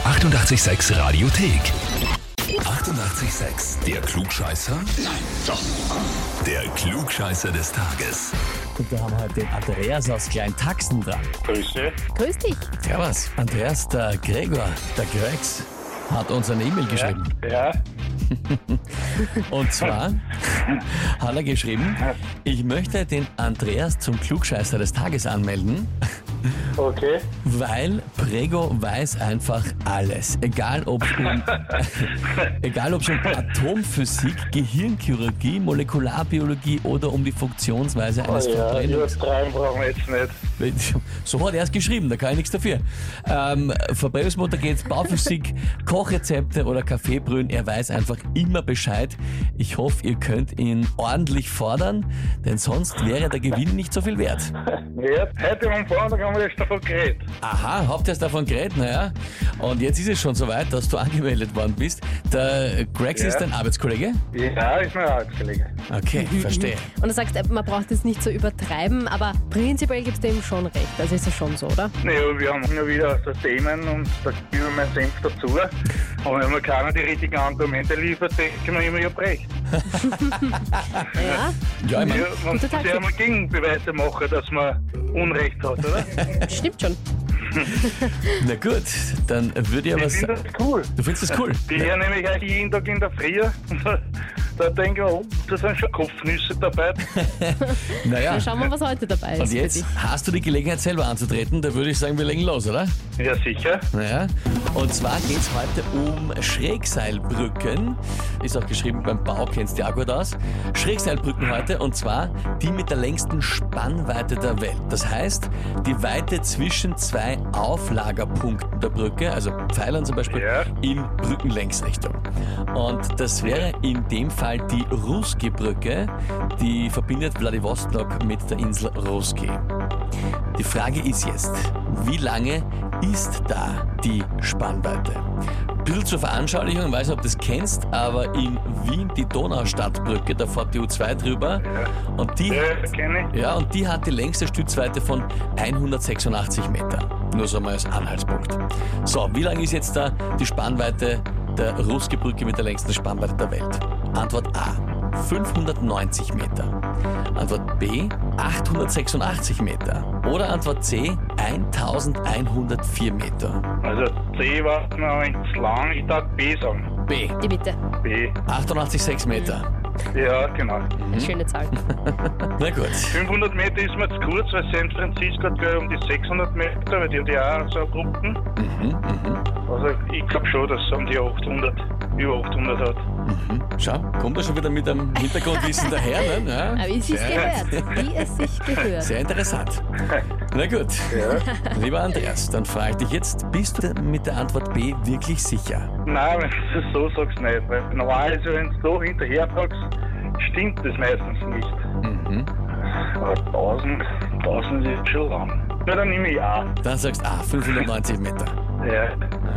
886 Radiothek. 88,6. Der Klugscheißer? Nein, doch. Der Klugscheißer des Tages. Und da haben wir heute den Andreas aus Kleintaxen dran. Grüße. Grüß dich. Servus. Andreas, der Gregor, der Grex, hat uns eine E-Mail geschrieben. Ja. Und zwar hat er geschrieben, ich möchte den Andreas zum Klugscheißer des Tages anmelden, Okay. weil Prego weiß einfach alles. Egal ob es um Atomphysik, Gehirnchirurgie, Molekularbiologie oder um die Funktionsweise eines Verbrennungs... Übertreiben brauchen wir jetzt nicht. So hat er es geschrieben, da kann ich nichts dafür. Verbrennungsmotor geht's, Bauphysik, Kochrezepte oder Kaffeebrühen, er weiß einfach immer Bescheid. Ich hoffe, ihr könnt ihn ordentlich fordern, denn sonst wäre der Gewinn nicht so viel wert. Ja, heute am Vormittag haben wir jetzt davon geredet. Aha, habt ihr es davon geredet? Naja, und jetzt ist es schon soweit, dass du angemeldet worden bist. Der Grex ist dein Arbeitskollege? Ja, ist mein Arbeitskollege. Okay, verstehe. Und du sagst, man braucht es nicht so übertreiben, aber prinzipiell gibst du ihm schon recht. Also ist es schon so, oder? Naja, wir haben immer wieder so Themen und da gebe ich meinen Senf dazu. Und wenn mir keiner die richtigen Argumente liefert, denken wir immer, ich hab recht. Ja, Ja, ich mein, Man muss Taktik. ja einmal Gegenbeweise machen, dass man Unrecht hat, oder? stimmt schon. na gut, dann würde ich aber Ich finde sagen... das cool. Du findest das cool? Die hören nämlich eigentlich jeden Tag in der Früh. Da denke ich, oh, da sind schon Kopfnüsse dabei. Naja. Dann schauen wir, was heute dabei ist. Und für jetzt dich. hast du die Gelegenheit selber anzutreten, da würde ich sagen, wir legen los, oder? Ja, sicher. Naja. Und zwar geht es heute um Schrägseilbrücken. Ist auch geschrieben beim Bau, kennst du ja gut aus. Schrägseilbrücken heute, und zwar die mit der längsten Spannweite der Welt. Das heißt, die Weite zwischen zwei Auflagerpunkten der Brücke, also Pfeilern zum Beispiel, Ja. in Brückenlängsrichtung. Und das wäre in dem Fall die Ruski-Brücke, die verbindet Wladiwostok mit der Insel Ruski. Die Frage ist jetzt, wie lange ist da die Spannweite? Ein bisschen zur Veranschaulichung, ich weiß nicht, ob du das kennst, aber in Wien die Donaustadtbrücke, da fährt die U2 drüber, und die, Ja, kenne ich. ja, und die hat die längste Stützweite von 186 Meter. Nur so mal als Anhaltspunkt. So, wie lang ist jetzt da die Spannweite der Ruski-Brücke mit der längsten Spannweite der Welt? Antwort A, 590 Meter. Antwort B, 886 Meter. Oder Antwort C, 1104 Meter. Also C war noch zu lang, ich darf B sagen. B, Die Mitte. B. 886 Meter. Ja, genau. Schöne Zahl. Na gut. 500 Meter ist mir zu kurz, weil San Francisco hat gleich um die 600 Meter, weil die haben ja auch so Gruppen. Also ich glaube schon, dass es um die 800, über 800 hat. Schau, kommt er schon wieder mit einem Hintergrundwissen daher, ne? Ja. Aber wie es sich gehört. Wie es sich gehört. Sehr interessant. Na gut, lieber Andreas, dann frage ich dich jetzt, bist du mit der Antwort B wirklich sicher? Nein, wenn du es so sagst, nicht. Weil normalerweise, wenn du so hinterher fragst, stimmt das meistens nicht. Aber 1000 ist schon lang. Ja, dann nehme ich A. Dann sagst du, 590 Meter. Ja.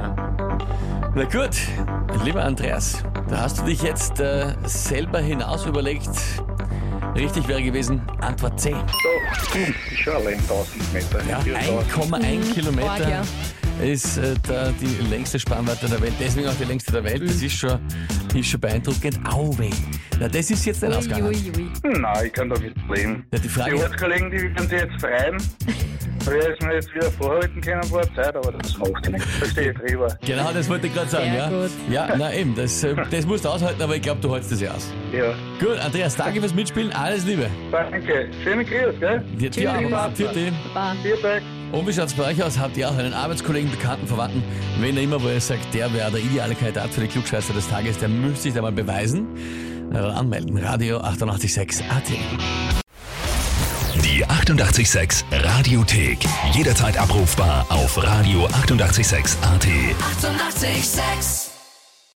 Na gut, lieber Andreas, da hast du dich jetzt selber hinaus überlegt. Richtig wäre gewesen, Antwort C. So, ist schon allein 1000 Meter. Ja, Ja, 1,1 Kilometer Arg, ja. ist die längste Spannweite der Welt. Deswegen auch die längste der Welt. Das ist schon beeindruckend. Auweh. Na, das ist jetzt nicht ausgegangen. Ui. Nein, ich kann damit leben. Ja, die Frage, Die Arbeitskollegen, die können sich jetzt freuen. Weil ich mir jetzt wieder vorhalten können vor der Zeit, aber das macht nichts. Da stehe ich drüber. genau, das wollte ich gerade sagen. Sehr Ja, gut. ja, na eben, das musst du aushalten, aber ich glaube, du hältst das ja aus. Ja. Gut, Andreas, danke fürs Mitspielen. Alles Liebe. Danke. Schöne Grüße, gell? Dir auch. Für dich. Baba. Vielen Dank. Und wie schaut es bei euch aus? Habt ihr auch einen Arbeitskollegen, Bekannten, Verwandten? Wenn ihr immer, wo ihr sagt, der wäre der ideale Kandidat für die Klugscheißer des Tages, der müsste sich da mal beweisen. Na, dann anmelden. Radio 886 AT. Die 88,6 Radiothek. Jederzeit abrufbar auf radio886.at. 88,6. Eighty-eight, sex.